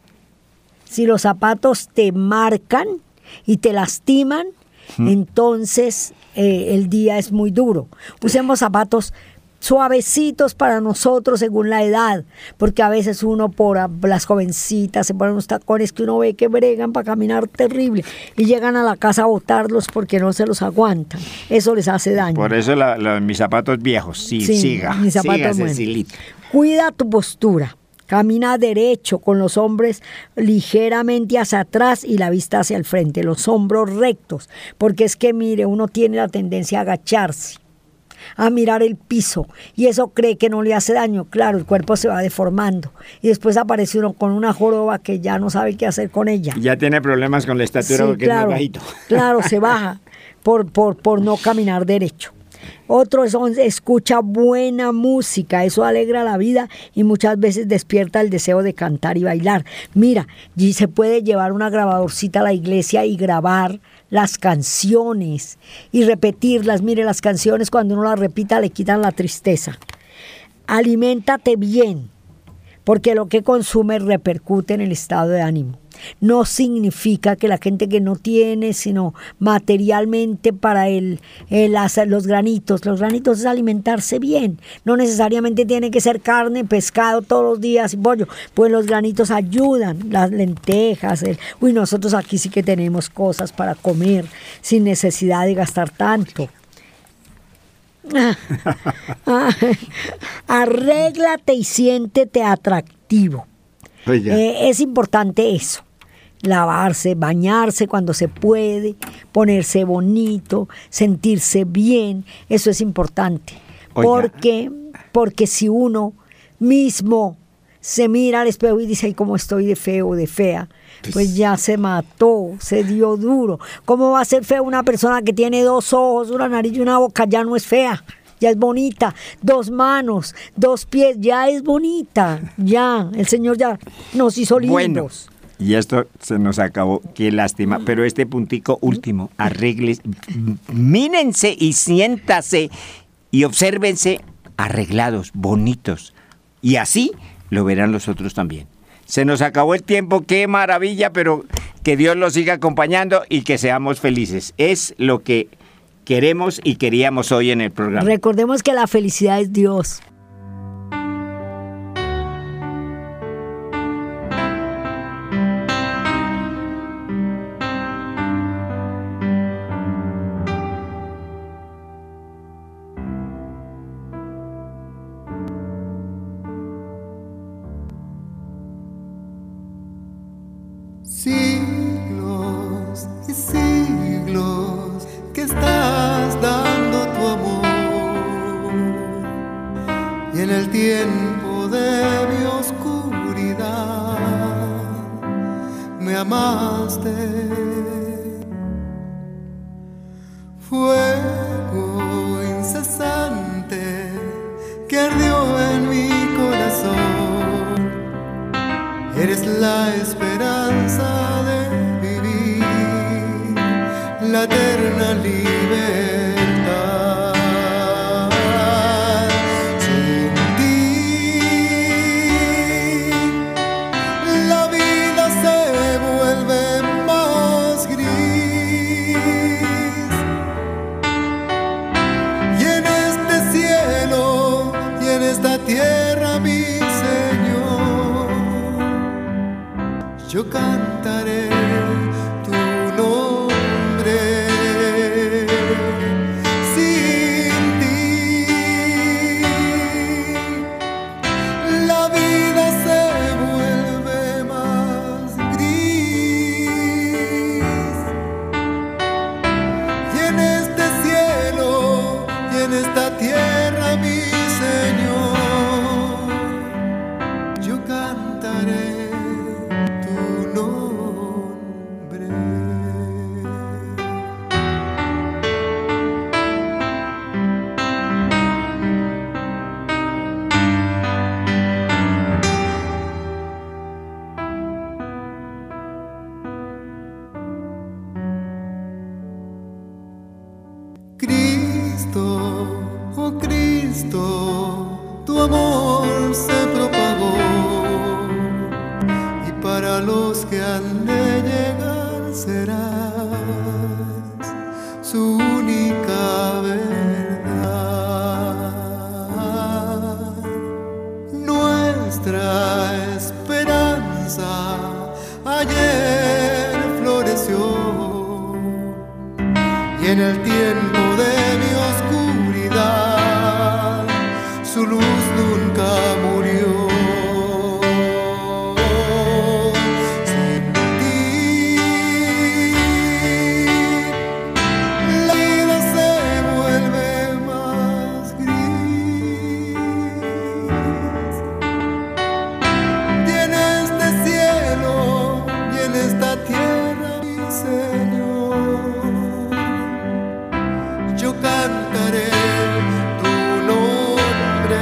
si los zapatos te marcan y te lastiman, ¿Mm? entonces eh, el día es muy duro. Usemos zapatos suavecitos para nosotros según la edad, porque a veces uno por las jovencitas se ponen unos tacones que uno ve que bregan para caminar terrible y llegan a la casa a botarlos porque no se los aguantan. Eso les hace daño. Por eso la, la, mis zapatos viejos, sí, sí siga, mis zapatos siga, buenos. Cecilita. Cuida tu postura. Camina derecho, con los hombros ligeramente hacia atrás y la vista hacia el frente, los hombros rectos, porque es que, mire, uno tiene la tendencia a agacharse, a mirar el piso, y eso cree que no le hace daño. Claro, el cuerpo se va deformando y después aparece uno con una joroba que ya no sabe qué hacer con ella. Ya tiene problemas con la estatura, sí, porque claro, es más bajito. Claro, se baja por, por, por no caminar derecho. Otro es, escucha buena música, eso alegra la vida y muchas veces despierta el deseo de cantar y bailar. Mira, y se puede llevar una grabadorcita a la iglesia y grabar las canciones y repetirlas. Mire, las canciones cuando uno las repita le quitan la tristeza. Aliméntate bien, porque lo que consumes repercute en el estado de ánimo. No significa que la gente que no tiene, sino materialmente para el, el hacer los granitos. Los granitos es alimentarse bien. No necesariamente tiene que ser carne, pescado todos los días y pollo. Pues los granitos ayudan, las lentejas. El, uy, nosotros aquí sí que tenemos cosas para comer sin necesidad de gastar tanto. Arréglate y siéntete atractivo. Eh, es importante eso. Lavarse, bañarse cuando se puede, ponerse bonito, sentirse bien, eso es importante. Oiga. Porque, porque si uno mismo se mira al espejo y dice, ay, cómo estoy de feo o de fea, pues, pues ya se mató, se dio duro. ¿Cómo va a ser fea una persona que tiene dos ojos, una nariz y una boca? Ya no es fea. Ya es bonita, dos manos, dos pies, ya es bonita, ya, el Señor ya nos hizo lindos. Bueno, y esto se nos acabó, qué lástima, pero este puntico último, arregles, mírense y siéntase y obsérvense arreglados, bonitos, y así lo verán los otros también. Se nos acabó el tiempo, qué maravilla, pero que Dios los siga acompañando y que seamos felices, es lo que queremos y queríamos hoy en el programa. Recordemos que la felicidad es Dios. Siglos y siglos que estás dando tu amor, y en el tiempo de mi oscuridad me amaste. Fuego incesante que ardió en mi corazón, eres la esperanza de vivir la eterna libertad. Sin ti la vida se vuelve más gris, Cristo, oh Cristo, tu amor se propagó, y para los que han de llegar serás su única verdad. Nuestra esperanza ayer floreció, y en el tiempo de mi oscuridad su luz nunca murió. Sin ti la vida se vuelve más gris, y en este cielo y en esta tierra, mi Señor, yo cantaré tu nombre.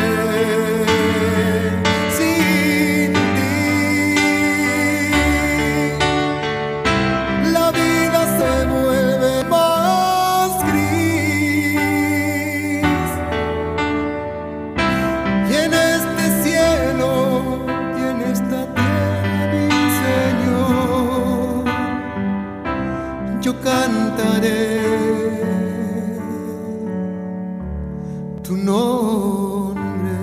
Sin ti la vida se vuelve más gris, y en este cielo y en esta tierra, mi Señor, yo cantaré tu nombre.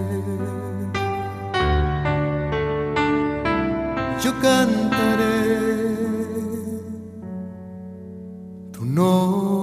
Yo cantaré tu nombre.